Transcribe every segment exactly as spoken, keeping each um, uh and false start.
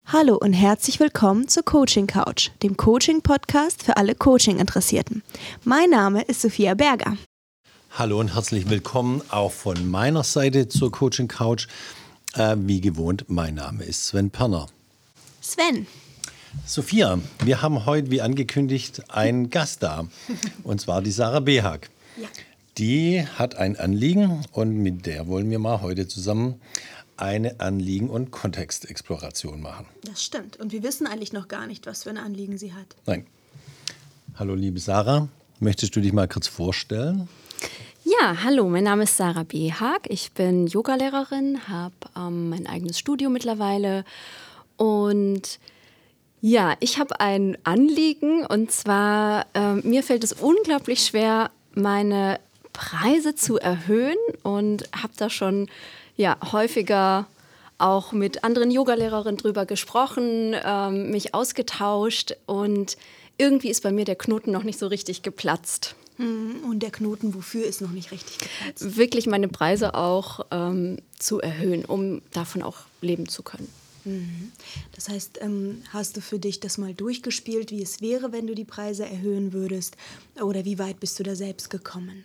Hallo und herzlich willkommen zur Coaching Couch, dem Coaching-Podcast für alle Coaching-Interessierten. Mein Name ist Sophia Berger. Hallo und herzlich willkommen auch von meiner Seite zur Coaching Couch. Äh, wie gewohnt, mein Name ist Sven Perner. Sven. Sophia, wir haben heute, wie angekündigt, einen Gast da. Und zwar die Sarah Behag. Ja. Die hat ein Anliegen und mit der wollen wir mal heute zusammen eine Anliegen- und Kontextexploration machen. Das stimmt. Und wir wissen eigentlich noch gar nicht, was für ein Anliegen sie hat. Nein. Hallo liebe Sarah, möchtest du dich mal kurz vorstellen? Ja, hallo, mein Name ist Sarah Behag. Ich bin Yogalehrerin, habe ähm, mein eigenes Studio mittlerweile und ja, ich habe ein Anliegen und zwar, äh, mir fällt es unglaublich schwer, meine Preise zu erhöhen und habe da schon ja, häufiger auch mit anderen Yogalehrerinnen drüber gesprochen, ähm, mich ausgetauscht und irgendwie ist bei mir der Knoten noch nicht so richtig geplatzt. Und der Knoten, wofür, ist noch nicht richtig geplatzt? Wirklich meine Preise auch ähm, zu erhöhen, um davon auch leben zu können. Das heißt, ähm, hast du für dich das mal durchgespielt, wie es wäre, wenn du die Preise erhöhen würdest? Oder wie weit bist du da selbst gekommen?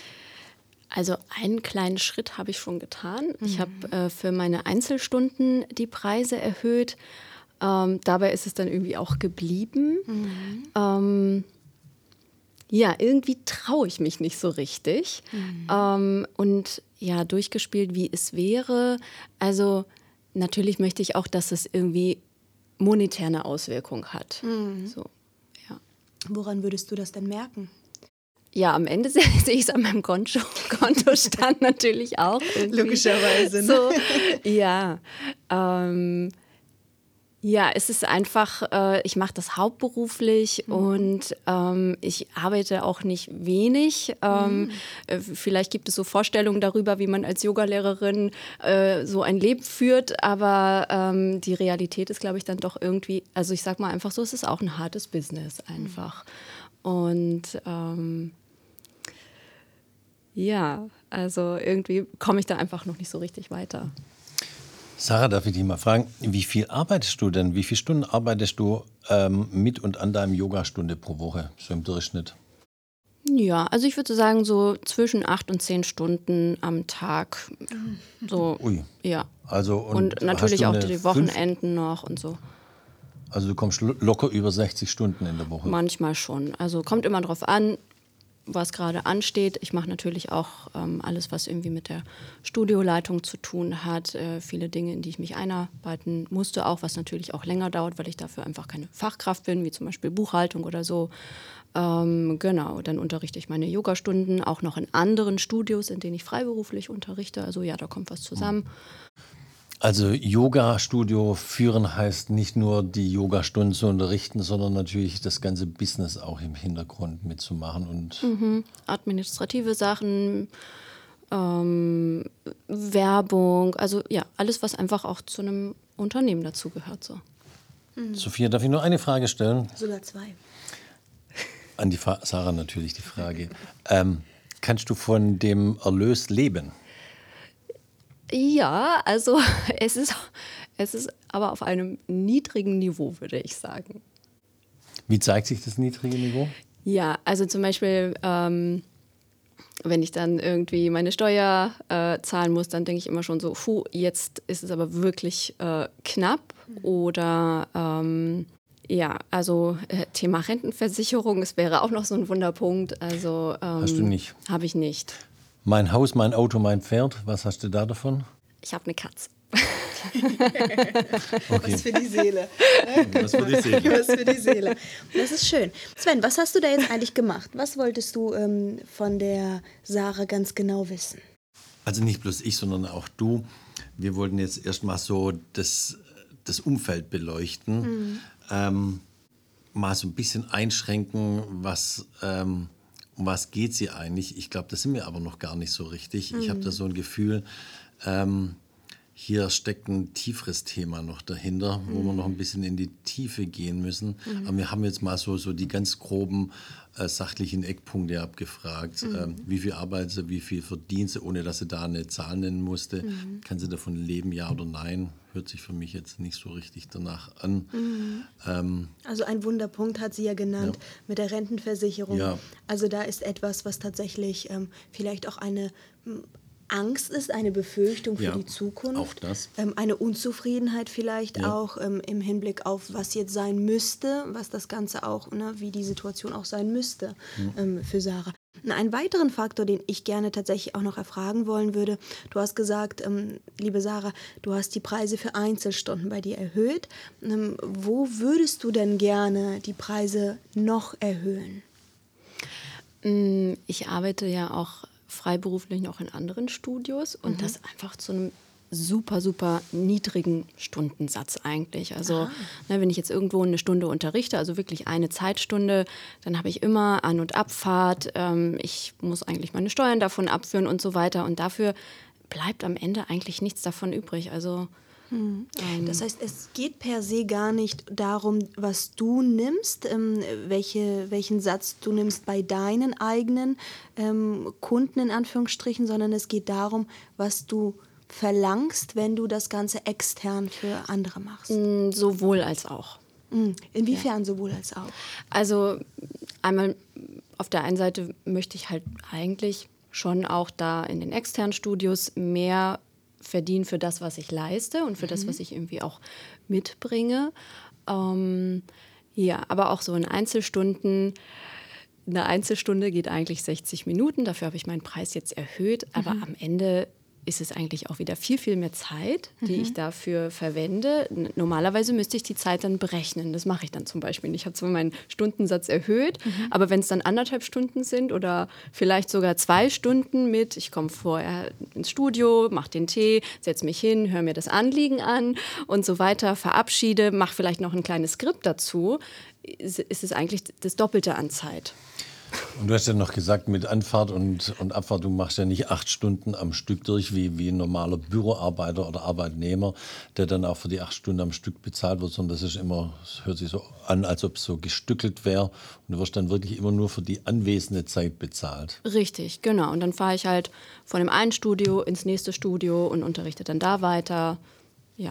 Also einen kleinen Schritt habe ich schon getan. Mhm. Ich habe äh, für meine Einzelstunden die Preise erhöht. Ähm, dabei ist es dann irgendwie auch geblieben. Mhm. Ähm, ja, irgendwie traue ich mich nicht so richtig. Mhm. Ähm, und ja, durchgespielt, wie es wäre. Also natürlich möchte ich auch, dass es irgendwie monetär eine Auswirkung hat. Mhm. So, ja. Woran würdest du das denn merken? Ja, am Ende sehe ich es an meinem Konto, Kontostand natürlich auch. Irgendwie. Logischerweise. Ne? So, ja, ähm, ja, es ist einfach, äh, ich mache das hauptberuflich mhm. und ähm, ich arbeite auch nicht wenig. Ähm, mhm. äh, vielleicht gibt es so Vorstellungen darüber, wie man als Yogalehrerin äh, so ein Leben führt, aber ähm, die Realität ist, glaube ich, dann doch irgendwie, also ich sag mal einfach so, es ist auch ein hartes Business einfach. Mhm. Und ähm, ja, also irgendwie komme ich da einfach noch nicht so richtig weiter. Sarah, darf ich dich mal fragen, wie viel arbeitest du denn? Wie viele Stunden arbeitest du ähm, mit und an deinem Yogastunde pro Woche, so im Durchschnitt? Ja, also ich würde sagen so zwischen acht und zehn Stunden am Tag. So, Ui. Ja. Also, und, und natürlich auch die Wochenenden fünf? noch und so. Also du kommst locker über sechzig Stunden in der Woche? Manchmal schon. Also kommt immer drauf an, was gerade ansteht. Ich mache natürlich auch ähm, alles, was irgendwie mit der Studioleitung zu tun hat. Äh, viele Dinge, in die ich mich einarbeiten musste, auch was natürlich auch länger dauert, weil ich dafür einfach keine Fachkraft bin, wie zum Beispiel Buchhaltung oder so. Ähm, genau, dann unterrichte ich meine Yogastunden auch noch in anderen Studios, in denen ich freiberuflich unterrichte. Also ja, da kommt was zusammen. Also Yoga-Studio führen heißt nicht nur die Yogastunden zu unterrichten, sondern natürlich das ganze Business auch im Hintergrund mitzumachen. Und mhm. Administrative Sachen, ähm, Werbung, also ja, alles, was einfach auch zu einem Unternehmen dazugehört. So. Mhm. Sophia, darf ich nur eine Frage stellen? Sogar zwei. An die Fa- Sarah natürlich die Frage. ähm, kannst du von dem Erlös leben? Ja, also es ist, es ist aber auf einem niedrigen Niveau, würde ich sagen. Wie zeigt sich das niedrige Niveau? Ja, also zum Beispiel, ähm, wenn ich dann irgendwie meine Steuer äh, zahlen muss, dann denke ich immer schon so, puh, jetzt ist es aber wirklich äh, knapp. Oder ähm, ja, also äh, Thema Rentenversicherung, es wäre auch noch so ein Wunderpunkt. Also, ähm, Hast du nicht? Habe ich nicht. Mein Haus, mein Auto, mein Pferd, was hast du da davon? Ich habe eine Katze. Okay. Was für die Seele. Was für die Seele. Was für die Seele. Das ist schön. Sven, was hast du da jetzt eigentlich gemacht? Was wolltest du ähm, von der Sarah ganz genau wissen? Also nicht bloß ich, sondern auch du. Wir wollten jetzt erstmal so das, das Umfeld beleuchten. Mhm. Ähm, mal so ein bisschen einschränken, was... Ähm, um was geht sie eigentlich? Ich glaube, das sind wir aber noch gar nicht so richtig. Mhm. Ich habe da so ein Gefühl, ähm, hier steckt ein tieferes Thema noch dahinter, wo wir noch ein bisschen in die Tiefe gehen müssen. Mhm. Aber wir haben jetzt mal so, so die ganz groben äh, sachlichen Eckpunkte abgefragt. Mhm. Ähm, wie viel arbeitet sie, wie viel verdient sie, ohne dass sie da eine Zahl nennen musste. Mhm. Kann sie davon leben, ja oder nein? Hört sich für mich jetzt nicht so richtig danach an. Mhm. Ähm, also ein Wunderpunkt hat sie ja genannt ja. mit der Rentenversicherung. Ja. Also da ist etwas, was tatsächlich ähm, vielleicht auch eine Angst ist, eine Befürchtung für ja, die Zukunft. Auch das. Ähm, eine Unzufriedenheit vielleicht ja. auch ähm, im Hinblick auf, was jetzt sein müsste, was das Ganze auch, ne, wie die Situation auch sein müsste mhm. ähm, für Sarah. Einen weiteren Faktor, den ich gerne tatsächlich auch noch erfragen wollen würde, du hast gesagt, ähm, liebe Sarah, du hast die Preise für Einzelstunden bei dir erhöht. Ähm, wo würdest du denn gerne die Preise noch erhöhen? Ich arbeite ja auch freiberuflich noch in anderen Studios und mhm. das einfach zu einem super, super niedrigen Stundensatz eigentlich. Also ne, wenn ich jetzt irgendwo eine Stunde unterrichte, also wirklich eine Zeitstunde, dann habe ich immer An- und Abfahrt. Ähm, ich muss eigentlich meine Steuern davon abführen und so weiter. Und dafür bleibt am Ende eigentlich nichts davon übrig. Also Hm. Ähm, das heißt, es geht per se gar nicht darum, was du nimmst, ähm, welche, welchen Satz du nimmst bei deinen eigenen ähm, Kunden in Anführungsstrichen, sondern es geht darum, was du verlangst, wenn du das Ganze extern für andere machst. Sowohl als auch. Inwiefern ja. sowohl als auch? Also einmal auf der einen Seite möchte ich halt eigentlich schon auch da in den externen Studios mehr verdienen für das, was ich leiste und für mhm. das, was ich irgendwie auch mitbringe. Ähm, ja, aber auch so in Einzelstunden. Eine Einzelstunde geht eigentlich sechzig Minuten. Dafür habe ich meinen Preis jetzt erhöht. Aber mhm. am Ende ist es eigentlich auch wieder viel, viel mehr Zeit, die mhm. ich dafür verwende. Normalerweise müsste ich die Zeit dann berechnen. Das mache ich dann zum Beispiel. Ich habe zwar meinen Stundensatz erhöht, mhm. aber wenn es dann anderthalb Stunden sind oder vielleicht sogar zwei Stunden mit, ich komme vorher ins Studio, mache den Tee, setze mich hin, höre mir das Anliegen an und so weiter, verabschiede, mache vielleicht noch ein kleines Skript dazu, ist, ist es eigentlich das Doppelte an Zeit. Und du hast ja noch gesagt, mit Anfahrt und, und Abfahrt, du machst ja nicht acht Stunden am Stück durch, wie, wie ein normaler Büroarbeiter oder Arbeitnehmer, der dann auch für die acht Stunden am Stück bezahlt wird, sondern das ist immer, das hört sich so an, als ob es so gestückelt wäre. Und du wirst dann wirklich immer nur für die anwesende Zeit bezahlt. Richtig, genau. Und dann fahre ich halt von dem einen Studio ins nächste Studio und unterrichte dann da weiter. Ja.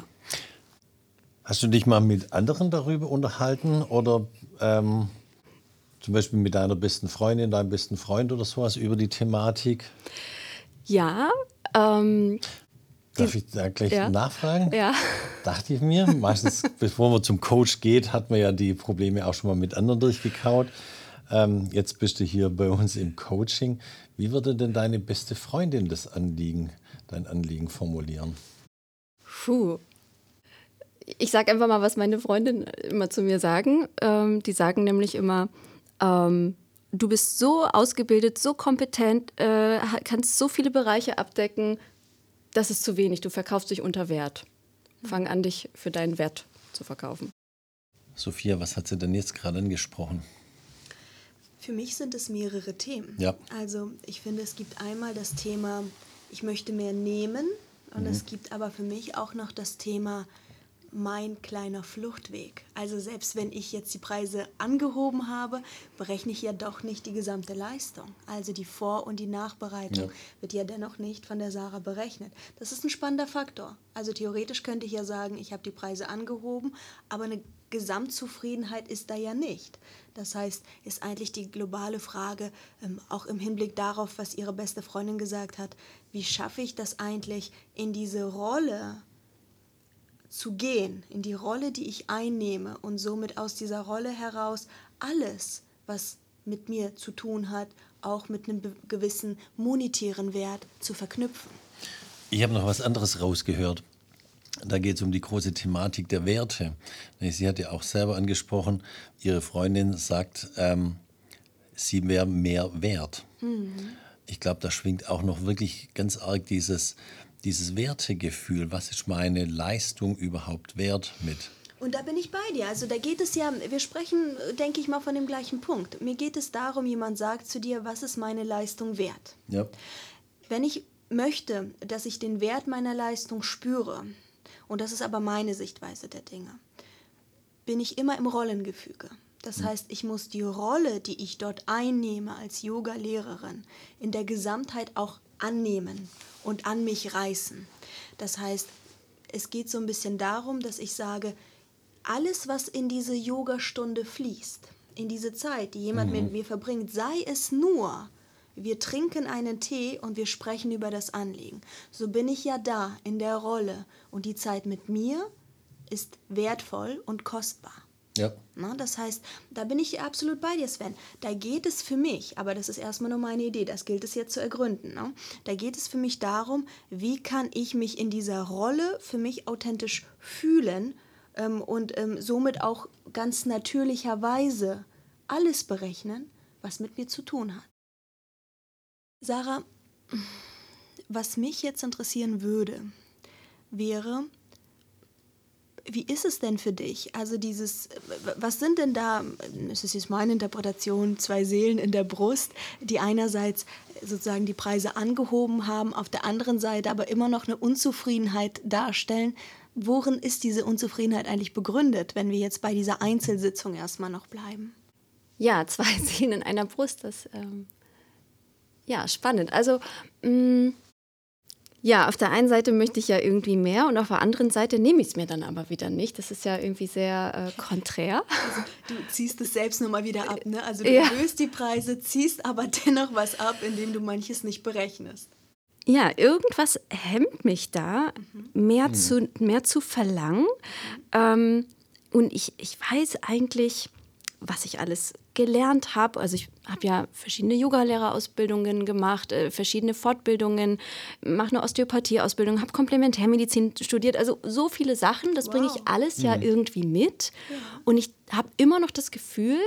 Hast du dich mal mit anderen darüber unterhalten oder ähm zum Beispiel mit deiner besten Freundin, deinem besten Freund oder sowas über die Thematik? Ja. Ähm, Darf ich da gleich ja. nachfragen? Ja. Dachte ich mir. Meistens, bevor man zum Coach geht, hat man ja die Probleme auch schon mal mit anderen durchgekaut. Ähm, jetzt bist du hier bei uns im Coaching. Wie würde denn deine beste Freundin das Anliegen, dein Anliegen formulieren? Puh. Ich sage einfach mal, was meine Freundinnen immer zu mir sagen. Ähm, die sagen nämlich immer, Ähm, du bist so ausgebildet, so kompetent, äh, kannst so viele Bereiche abdecken, das ist zu wenig. Du verkaufst dich unter Wert. Fang an, dich für deinen Wert zu verkaufen. Sophia, was hat sie denn jetzt gerade angesprochen? Für mich sind es mehrere Themen. Ja. Also ich finde, es gibt einmal das Thema, ich möchte mehr nehmen. Und mhm. es gibt aber für mich auch noch das Thema, mein kleiner Fluchtweg. Also selbst wenn ich jetzt die Preise angehoben habe, berechne ich ja doch nicht die gesamte Leistung. Also die Vor- und die Nachbereitung ja. wird ja dennoch nicht von der Sarah berechnet. Das ist ein spannender Faktor. Also theoretisch könnte ich ja sagen, ich habe die Preise angehoben, aber eine Gesamtzufriedenheit ist da ja nicht. Das heißt, ist eigentlich die globale Frage, ähm, auch im Hinblick darauf, was ihre beste Freundin gesagt hat, wie schaffe ich das eigentlich in diese Rolle zu gehen, in die Rolle, die ich einnehme und somit aus dieser Rolle heraus alles, was mit mir zu tun hat, auch mit einem gewissen monetären Wert zu verknüpfen. Ich habe noch was anderes rausgehört. Da geht es um die große Thematik der Werte. Sie hat ja auch selber angesprochen, ihre Freundin sagt, ähm, sie wäre mehr wert. Mhm. Ich glaube, da schwingt auch noch wirklich ganz arg dieses Dieses Wertegefühl, was ist meine Leistung überhaupt wert mit? Und da bin ich bei dir. Also da geht es ja, wir sprechen, denke ich mal, von dem gleichen Punkt. Mir geht es darum, jemand sagt zu dir, was ist meine Leistung wert? Ja. Wenn ich möchte, dass ich den Wert meiner Leistung spüre, und das ist aber meine Sichtweise der Dinge, bin ich immer im Rollengefüge. Das heißt, ich muss die Rolle, die ich dort einnehme als Yoga-Lehrerin, in der Gesamtheit auch annehmen und an mich reißen. Das heißt, es geht so ein bisschen darum, dass ich sage, alles, was in diese Yogastunde fließt, in diese Zeit, die jemand mhm. mit mir verbringt, sei es nur, wir trinken einen Tee und wir sprechen über das Anliegen. So bin ich ja da in der Rolle und die Zeit mit mir ist wertvoll und kostbar. Ja. Na, das heißt, da bin ich absolut bei dir, Sven. Da geht es für mich, aber das ist erstmal nur meine Idee, das gilt es jetzt zu ergründen. Ne? Da geht es für mich darum, wie kann ich mich in dieser Rolle für mich authentisch fühlen ähm, und ähm, somit auch ganz natürlicherweise alles berechnen, was mit mir zu tun hat. Sarah, was mich jetzt interessieren würde, wäre, wie ist es denn für dich? Also dieses, was sind denn da, es ist jetzt meine Interpretation, zwei Seelen in der Brust, die einerseits sozusagen die Preise angehoben haben, auf der anderen Seite aber immer noch eine Unzufriedenheit darstellen. Worin ist diese Unzufriedenheit eigentlich begründet, wenn wir jetzt bei dieser Einzelsitzung erstmal noch bleiben? Ja, zwei Seelen in einer Brust, das, ähm, ja, spannend. Also, mh, ja, auf der einen Seite möchte ich ja irgendwie mehr und auf der anderen Seite nehme ich es mir dann aber wieder nicht. Das ist ja irgendwie sehr äh, konträr. Also, du ziehst es selbst nochmal wieder ab, ne? Also du ja. erhöhst die Preise, ziehst aber dennoch was ab, indem du manches nicht berechnest. Ja, irgendwas hemmt mich da, mhm. mehr, mhm. zu, mehr zu verlangen. Mhm. Ähm, und ich, ich weiß eigentlich, was ich alles gelernt habe. Also ich habe ja verschiedene Yogalehrerausbildungen gemacht, äh, verschiedene Fortbildungen, mache eine Osteopathieausbildung, habe Komplementärmedizin studiert. Also so viele Sachen, das wow. bringe ich alles mhm. ja irgendwie mit. Ja. Und ich habe immer noch das Gefühl,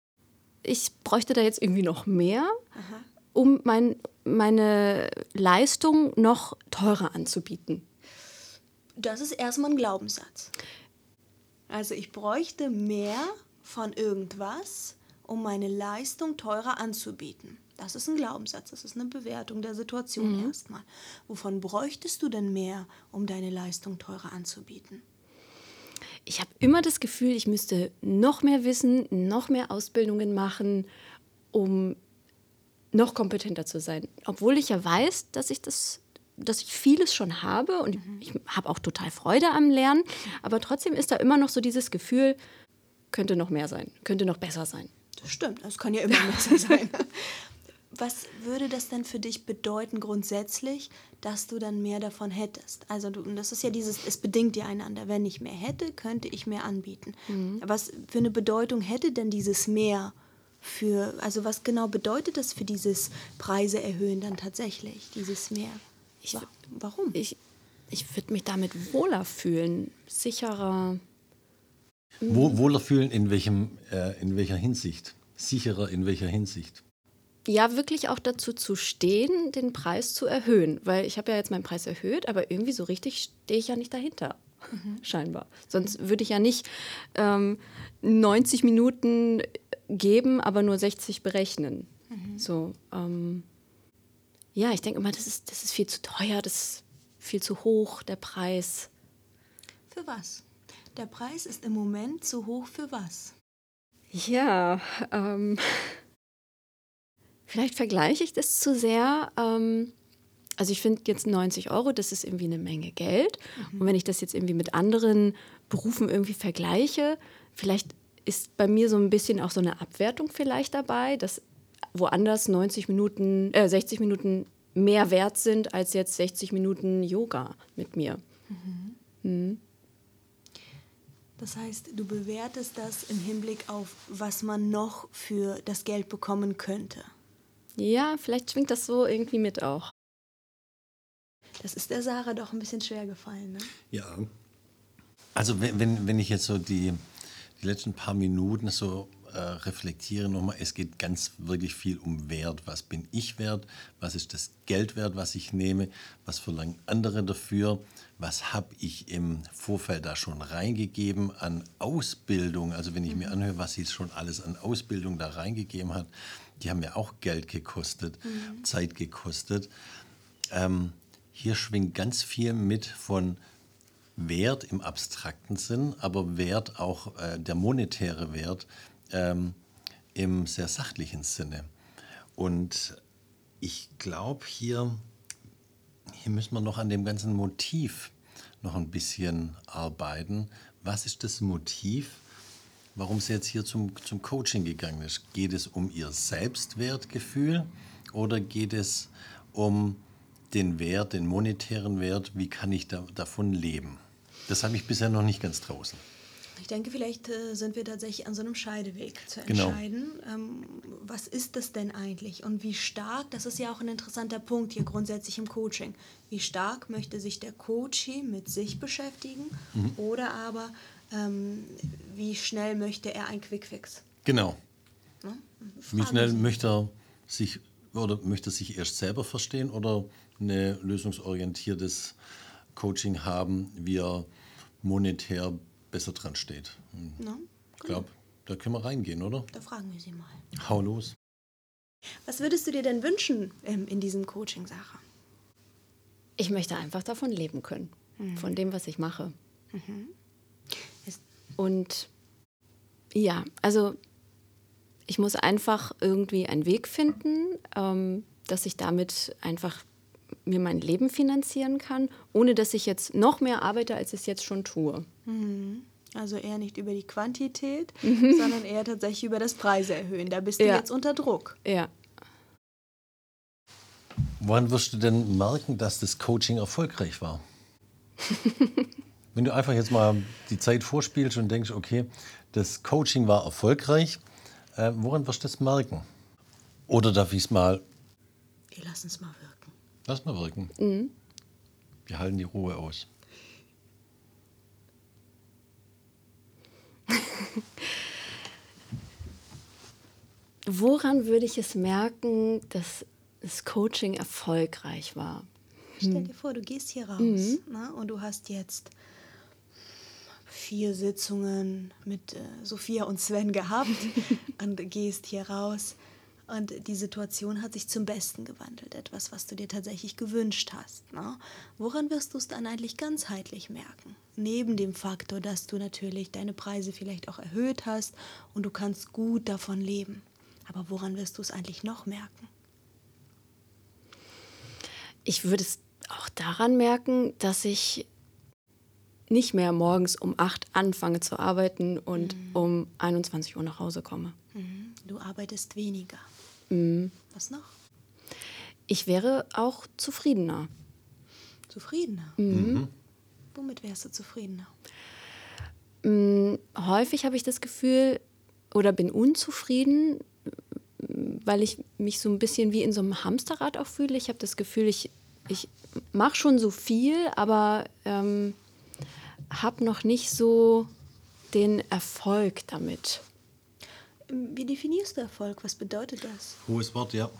ich bräuchte da jetzt irgendwie noch mehr, aha. um mein, meine Leistung noch teurer anzubieten. Das ist erstmal ein Glaubenssatz. Also ich bräuchte mehr von irgendwas, um meine Leistung teurer anzubieten. Das ist ein Glaubenssatz, das ist eine Bewertung der Situation mhm. erstmal. Wovon bräuchtest du denn mehr, um deine Leistung teurer anzubieten? Ich habe immer das Gefühl, ich müsste noch mehr wissen, noch mehr Ausbildungen machen, um noch kompetenter zu sein. Obwohl ich ja weiß, dass ich das, dass ich vieles schon habe und mhm. ich habe auch total Freude am Lernen, aber trotzdem ist da immer noch so dieses Gefühl, könnte noch mehr sein, könnte noch besser sein. Das stimmt, das kann ja immer besser sein. Was würde das denn für dich bedeuten grundsätzlich, dass du dann mehr davon hättest? Also du, das ist ja dieses, es bedingt ja einander. Wenn ich mehr hätte, könnte ich mehr anbieten. Mhm. Was für eine Bedeutung hätte denn dieses mehr für, also was genau bedeutet das für dieses Preise erhöhen dann tatsächlich, dieses mehr? Ich, Warum? Ich, ich würde mich damit wohler fühlen, sicherer. Wo, wohler fühlen in, welchem, äh, in welcher Hinsicht? Sicherer in welcher Hinsicht? Ja, wirklich auch dazu zu stehen, den Preis zu erhöhen. Weil ich habe ja jetzt meinen Preis erhöht, aber irgendwie so richtig stehe ich ja nicht dahinter, mhm. scheinbar. Sonst würde ich ja nicht ähm, neunzig Minuten geben, aber nur sechzig berechnen. Mhm. So, ähm, ja, ich denke immer, das ist, das ist viel zu teuer, das ist viel zu hoch, der Preis. Für was? Der Preis ist im Moment zu hoch für was? Ja, ähm, vielleicht vergleiche ich das zu sehr. Ähm, also ich finde jetzt neunzig Euro, das ist irgendwie eine Menge Geld. Mhm. Und wenn ich das jetzt irgendwie mit anderen Berufen irgendwie vergleiche, vielleicht ist bei mir so ein bisschen auch so eine Abwertung vielleicht dabei, dass woanders neunzig Minuten, äh, sechzig Minuten mehr wert sind als jetzt sechzig Minuten Yoga mit mir. Mhm. Mhm. Das heißt, du bewertest das im Hinblick auf, was man noch für das Geld bekommen könnte. Ja, vielleicht schwingt das so irgendwie mit auch. Das ist der Sarah doch ein bisschen schwer gefallen, ne? Ja. Also wenn, wenn, wenn ich jetzt so die, die letzten paar Minuten so äh, reflektiere nochmal, es geht ganz wirklich viel um Wert. Was bin ich wert? Was ist das Geld wert, was ich nehme? Was verlangen andere dafür? Was habe ich im Vorfeld da schon reingegeben an Ausbildung? Also wenn ich mir anhöre, was sie schon alles an Ausbildung da reingegeben hat, die haben ja auch Geld gekostet, mhm. Zeit gekostet. ähm, hier schwingt ganz viel mit von Wert im abstrakten Sinn, aber Wert auch, äh, der monetäre Wert, ähm, im sehr sachlichen Sinne. Und ich glaube, hier, hier müssen wir noch an dem ganzen Motiv noch ein bisschen arbeiten. Was ist das Motiv, warum sie jetzt hier zum, zum Coaching gegangen ist? Geht es um ihr Selbstwertgefühl oder geht es um den Wert, den monetären Wert? Wie kann ich da, davon leben? Das habe ich bisher noch nicht ganz draußen. Ich denke, vielleicht äh, sind wir tatsächlich an so einem Scheideweg zu Genau. entscheiden. Ähm, was ist das denn eigentlich? Und wie stark, das ist ja auch ein interessanter Punkt hier grundsätzlich im Coaching, wie stark möchte sich der Coachee mit sich beschäftigen Mhm. oder aber ähm, wie schnell möchte er einen Quickfix? Genau. Ne? Wie Fragen schnell Sie. möchte er sich oder möchte er sich erst selber verstehen oder eine lösungsorientiertes Coaching haben, wie er monetär besser dran steht? Ne? Ich glaube, da können wir reingehen, oder? Da fragen wir Sie mal. Hau los. Was würdest du dir denn wünschen ähm, in diesem Coaching, Sarah? Ich möchte einfach davon leben können, von dem, was ich mache. Ist- Und ja, also ich muss einfach irgendwie einen Weg finden, ähm, dass ich damit einfach mir mein Leben finanzieren kann, ohne dass ich jetzt noch mehr arbeite, als ich es jetzt schon tue. Also eher nicht über die Quantität, sondern eher tatsächlich über das Preise erhöhen. Da bist du Ja. jetzt unter Druck. Ja. Wann wirst du denn merken, dass das Coaching erfolgreich war? Wenn du einfach jetzt mal die Zeit vorspielst und denkst, okay, das Coaching war erfolgreich, äh, woran wirst du das merken? Oder darf ich es mal, Wir lassen es mal wirken. lass mal wirken. Wir halten die Ruhe aus. Woran würde ich es merken, dass das Coaching erfolgreich war? Stell dir vor, du gehst hier raus ne, und du hast jetzt vier Sitzungen mit äh, Sophia und Sven gehabt und gehst hier raus und die Situation hat sich zum Besten gewandelt. Etwas, was du dir tatsächlich gewünscht hast. Ne? Woran wirst du es dann eigentlich ganzheitlich merken? Neben dem Faktor, dass du natürlich deine Preise vielleicht auch erhöht hast und du kannst gut davon leben. Aber woran wirst du es eigentlich noch merken? Ich würde es auch daran merken, dass ich nicht mehr morgens um acht anfange zu arbeiten und um einundzwanzig Uhr nach Hause komme. Mhm. Du arbeitest weniger. Was noch? Ich wäre auch zufriedener. Zufriedener. Womit wärst du zufriedener? Mm, Häufig habe ich das Gefühl oder bin unzufrieden, weil ich mich so ein bisschen wie in so einem Hamsterrad auch fühle. Ich habe das Gefühl, ich, ich mache schon so viel, aber ähm, habe noch nicht so den Erfolg damit. Wie definierst du Erfolg? Was bedeutet das? Hohes Wort, ja.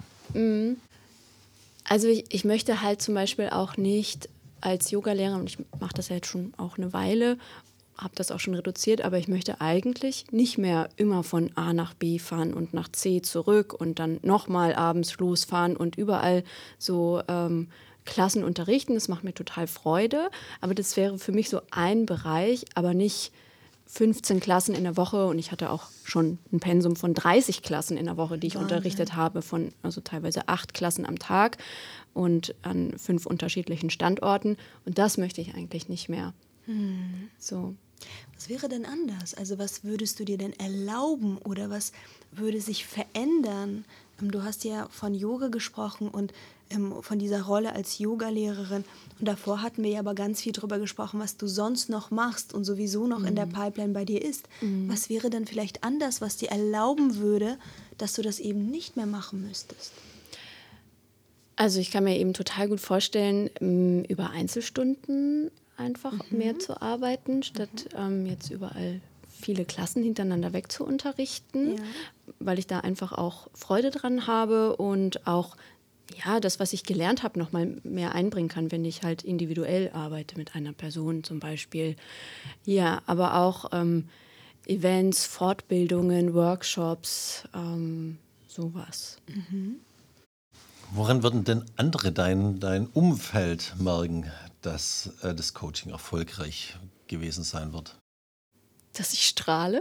Also ich, ich möchte halt zum Beispiel auch nicht als Yogalehrer, und ich mache das ja jetzt schon auch eine Weile, habe das auch schon reduziert, aber ich möchte eigentlich nicht mehr immer von A nach B fahren und nach C zurück und dann nochmal abends losfahren und überall so ähm, Klassen unterrichten. Das macht mir total Freude, aber das wäre für mich so ein Bereich, aber nicht fünfzehn Klassen in der Woche und ich hatte auch schon ein Pensum von dreißig Klassen in der Woche, die ich Wahnsinn. unterrichtet habe, von also teilweise acht Klassen am Tag und an fünf unterschiedlichen Standorten. Und das möchte ich eigentlich nicht mehr. So. Was wäre denn anders? Also was würdest du dir denn erlauben oder was würde sich verändern? Ähm, Du hast ja von Yoga gesprochen und ähm, von dieser Rolle als Yogalehrerin. Und davor hatten wir ja aber ganz viel drüber gesprochen, was du sonst noch machst und sowieso noch in der Pipeline bei dir ist. Was wäre denn vielleicht anders, was dir erlauben würde, dass du das eben nicht mehr machen müsstest? Also ich kann mir eben total gut vorstellen, ähm, über Einzelstunden einfach mehr zu arbeiten, statt ähm, jetzt überall viele Klassen hintereinander weg zu unterrichten, Ja. weil ich da einfach auch Freude dran habe und auch ja, das, was ich gelernt habe, noch mal mehr einbringen kann, wenn ich halt individuell arbeite mit einer Person zum Beispiel. Ja, aber auch ähm, Events, Fortbildungen, Workshops, ähm, sowas. Woran würden denn andere, dein, dein Umfeld merken, dass äh, das Coaching erfolgreich gewesen sein wird? Dass ich strahle?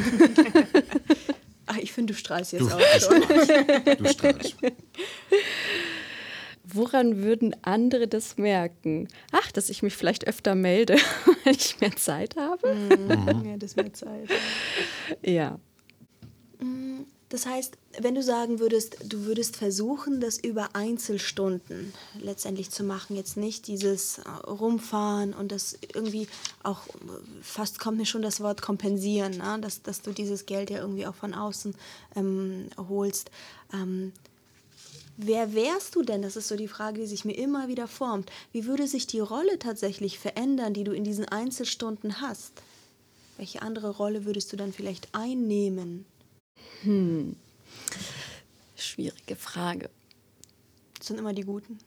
Ach, ich finde, du strahlst jetzt Du, auch du schon. strahlst. Du strahlst. Woran würden andere das merken? Ach, dass ich mich vielleicht öfter melde, wenn ich mehr Zeit habe? Mhm. Ja, das ist mehr Zeit. Ja. Das heißt, wenn du sagen würdest, du würdest versuchen, das über Einzelstunden letztendlich zu machen, jetzt nicht dieses äh, Rumfahren und das irgendwie auch, äh, fast kommt mir schon das Wort kompensieren, ne? dass, dass du dieses Geld ja irgendwie auch von außen ähm, holst. Ähm, wer wärst du denn? Das ist so die Frage, die sich mir immer wieder formt. Wie würde sich die Rolle tatsächlich verändern, die du in diesen Einzelstunden hast? Welche andere Rolle würdest du dann vielleicht einnehmen? Hm. Schwierige Frage. Das sind immer die Guten.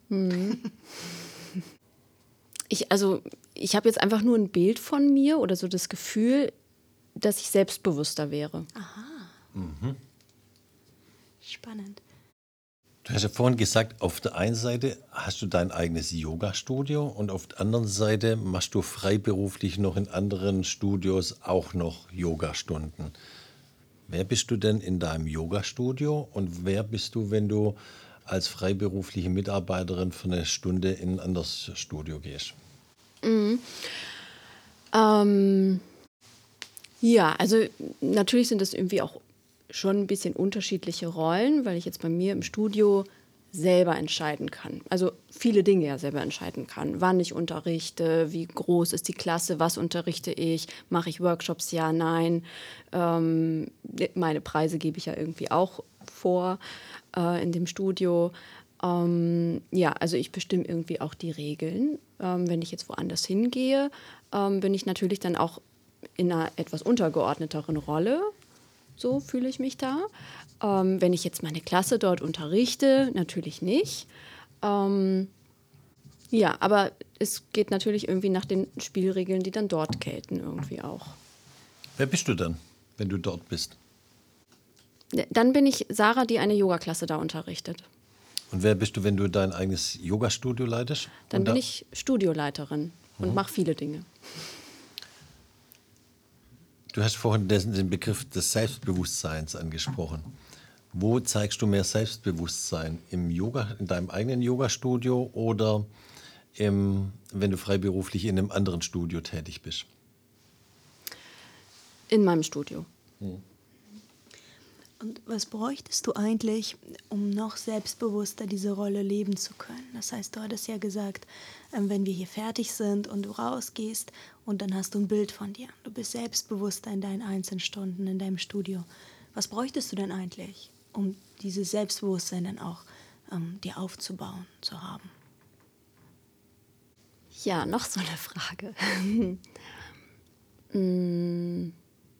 Ich, also, ich habe jetzt einfach nur ein Bild von mir oder so das Gefühl, dass ich selbstbewusster wäre. Aha. Spannend. Du hast ja vorhin gesagt, auf der einen Seite hast du dein eigenes Yoga-Studio und auf der anderen Seite machst du freiberuflich noch in anderen Studios auch noch Yogastunden. Wer bist du denn in deinem Yoga-Studio und wer bist du, wenn du als freiberufliche Mitarbeiterin für eine Stunde in ein anderes Studio gehst? Ähm, ja, also natürlich sind das irgendwie auch schon ein bisschen unterschiedliche Rollen, weil ich jetzt bei mir im Studio selber entscheiden kann. Also viele Dinge ja selber entscheiden kann. Wann ich unterrichte, wie groß ist die Klasse, was unterrichte ich, mache ich Workshops, ja, nein. Ähm, meine Preise gebe ich ja irgendwie auch vor äh, in dem Studio. Ähm, ja, also ich bestimme irgendwie auch die Regeln. Ähm, wenn ich jetzt woanders hingehe, ähm, bin ich natürlich dann auch in einer etwas untergeordneteren Rolle. So fühle ich mich da. Ähm, wenn ich jetzt meine Klasse dort unterrichte, natürlich nicht. Ähm, ja, aber es geht natürlich irgendwie nach den Spielregeln, die dann dort gelten, irgendwie auch. Wer bist du dann, wenn du dort bist? Dann bin ich Sarah, die eine Yogaklasse da unterrichtet. Und wer bist du, wenn du dein eigenes Yoga-Studio leitest? Dann Und bin da- ich Studioleiterin und mache viele Dinge. Du hast vorhin den, den Begriff des Selbstbewusstseins angesprochen. Wo zeigst du mehr Selbstbewusstsein? Im Yoga, in deinem eigenen Yoga-Studio oder im, wenn du freiberuflich in einem anderen Studio tätig bist? In meinem Studio. Und was bräuchtest du eigentlich, um noch selbstbewusster diese Rolle leben zu können? Das heißt, du hattest ja gesagt, ähm, wenn wir hier fertig sind und du rausgehst und dann hast du ein Bild von dir. Du bist selbstbewusster in deinen einzelnen Stunden in deinem Studio. Was bräuchtest du denn eigentlich, um dieses Selbstbewusstsein dann auch ähm, dir aufzubauen, zu haben? Ja, noch so eine Frage. Mm.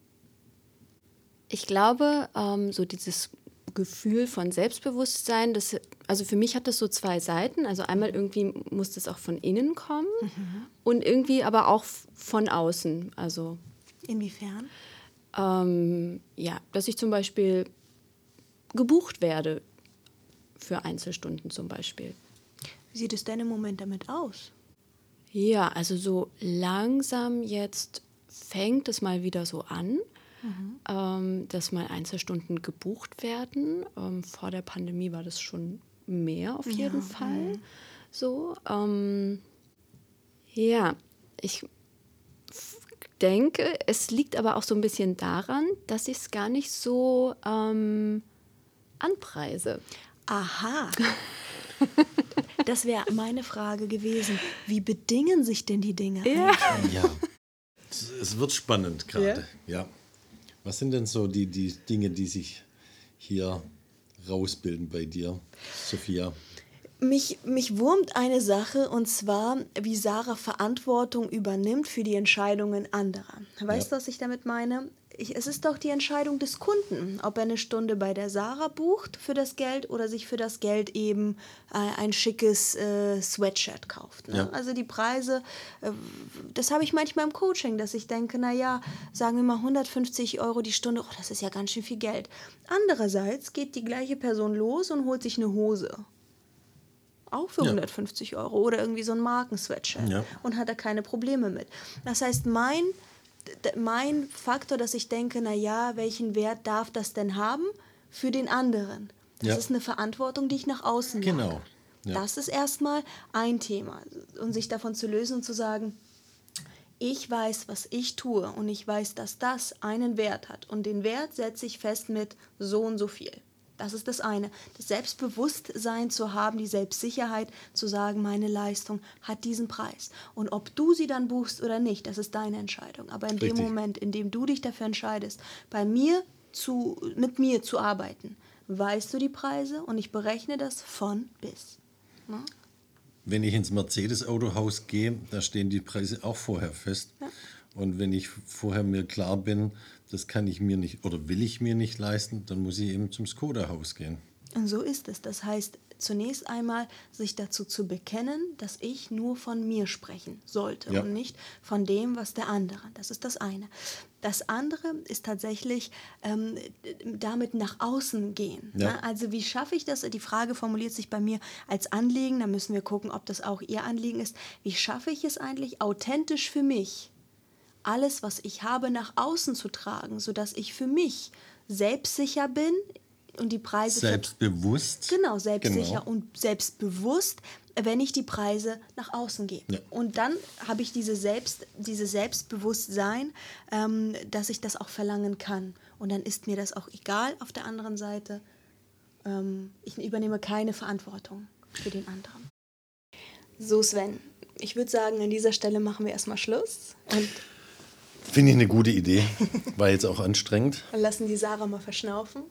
Ich glaube, ähm, so dieses Gefühl von Selbstbewusstsein, das, also für mich hat das so zwei Seiten. Also einmal irgendwie muss das auch von innen kommen und irgendwie aber auch f- von außen. Also Inwiefern? ähm, ja, dass ich zum Beispiel gebucht werde für Einzelstunden zum Beispiel. Wie sieht es denn im Moment damit aus? Ja, also so langsam jetzt fängt es mal wieder so an. Ähm, dass mal Einzelstunden gebucht werden. Ähm, vor der Pandemie war das schon mehr auf jeden Ja, Fall. So, ähm, ja, ich f- denke, es liegt aber auch so ein bisschen daran, dass ich es gar nicht so ähm, anpreise. Aha. Das wäre meine Frage gewesen. Wie bedingen sich denn die Dinge? Ja. Ja, es, es wird spannend gerade. Ja. Was sind denn so die, die Dinge, die sich hier rausbilden bei dir, Sophia? Mich, mich wurmt eine Sache, und zwar, wie Sarah Verantwortung übernimmt für die Entscheidungen anderer. Weißt du, Ja. was ich damit meine? Ich, es ist doch die Entscheidung des Kunden, ob er eine Stunde bei der Sarah bucht für das Geld oder sich für das Geld eben äh, ein schickes äh, Sweatshirt kauft. Ne? Ja. Also die Preise, äh, das habe ich manchmal im Coaching, dass ich denke, naja, sagen wir mal hundertfünfzig Euro die Stunde, oh, das ist ja ganz schön viel Geld. Andererseits geht die gleiche Person los und holt sich eine Hose. auch für Ja. hundertfünfzig Euro oder irgendwie so ein Marken-Sweatshirt Ja. und hat da keine Probleme mit. Das heißt, mein, d- mein Faktor, dass ich denke, naja, welchen Wert darf das denn haben für den anderen? Das Ja. ist eine Verantwortung, die ich nach außen Genau. lagere. Ja. Das ist erstmal ein Thema. Und sich davon zu lösen und zu sagen, ich weiß, was ich tue und ich weiß, dass das einen Wert hat. Und den Wert setze ich fest mit so und so viel. Das ist das eine. Das Selbstbewusstsein zu haben, die Selbstsicherheit zu sagen, meine Leistung hat diesen Preis. Und ob du sie dann buchst oder nicht, das ist deine Entscheidung. Aber in Richtig. dem Moment, in dem du dich dafür entscheidest, bei mir zu, mit mir zu arbeiten, weißt du die Preise und ich berechne das von bis. Ne? Wenn ich ins Mercedes-Autohaus gehe, da stehen die Preise auch vorher fest. Ja. Und wenn ich vorher mir klar bin, das kann ich mir nicht oder will ich mir nicht leisten, dann muss ich eben zum Skoda-Haus gehen. Und so ist es. Das heißt, zunächst einmal sich dazu zu bekennen, dass ich nur von mir sprechen sollte Ja. und nicht von dem, was der andere. Das ist das eine. Das andere ist tatsächlich ähm, damit nach außen gehen. Ja. Ne? Also wie schaffe ich das? Die Frage formuliert sich bei mir als Anliegen. Da müssen wir gucken, ob das auch Ihr Anliegen ist. Wie schaffe ich es eigentlich, authentisch für mich alles, was ich habe, nach außen zu tragen, sodass ich für mich selbstsicher bin und die Preise... Selbstbewusst. Genau, selbstsicher Genau. und selbstbewusst, wenn ich die Preise nach außen gebe. Ja. Und dann habe ich diese Selbst, dieses Selbstbewusstsein, ähm, dass ich das auch verlangen kann. Und dann ist mir das auch egal auf der anderen Seite. Ähm, ich übernehme keine Verantwortung für den anderen. So, Sven, ich würde sagen, an dieser Stelle machen wir erstmal Schluss und Finde ich eine gute Idee. War jetzt auch anstrengend. lassen die Sarah mal verschnaufen.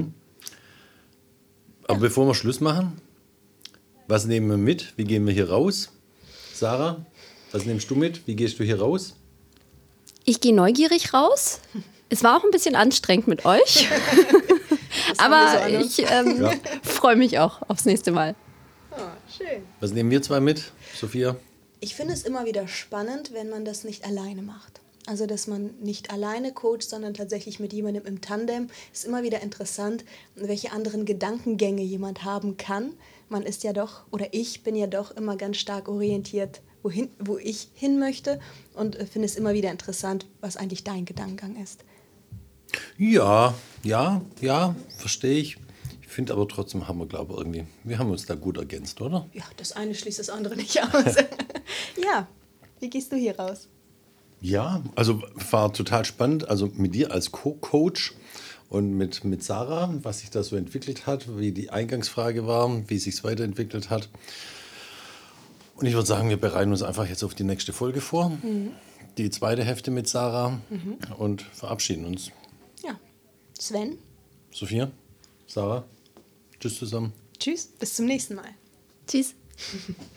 Aber bevor wir Schluss machen, was nehmen wir mit? Wie gehen wir hier raus? Sarah, was nimmst du mit? Wie gehst du hier raus? Ich gehe neugierig raus. Es war auch ein bisschen anstrengend mit euch, Das haben wir so aber an uns. ich ähm, Ja. freue mich auch aufs nächste Mal. Oh, schön. Was nehmen wir zwei mit, Sophia? Ich finde es immer wieder spannend, wenn man das nicht alleine macht. Also, dass man nicht alleine coacht, sondern tatsächlich mit jemandem im Tandem. Ist immer wieder interessant, welche anderen Gedankengänge jemand haben kann. Man ist ja doch, oder ich bin ja doch immer ganz stark orientiert, wohin, wo ich hin möchte. Und äh, finde es immer wieder interessant, was eigentlich dein Gedankengang ist. Ja, ja, ja, verstehe ich. Ich finde aber trotzdem haben wir, glaube ich, irgendwie, wir haben uns da gut ergänzt, oder? Ja, das eine schließt das andere nicht aus. Ja, wie gehst du hier raus? Ja, also war total spannend. Also mit dir als Co-Coach und mit, mit Sarah, was sich da so entwickelt hat, wie die Eingangsfrage war, wie es sich weiterentwickelt hat. Und ich würde sagen, wir bereiten uns einfach jetzt auf die nächste Folge vor. Mhm. Die zweite Hälfte mit Sarah mhm. und verabschieden uns. Ja, Sven. Sophia, Sarah, tschüss zusammen. Tschüss, bis zum nächsten Mal. Tschüss.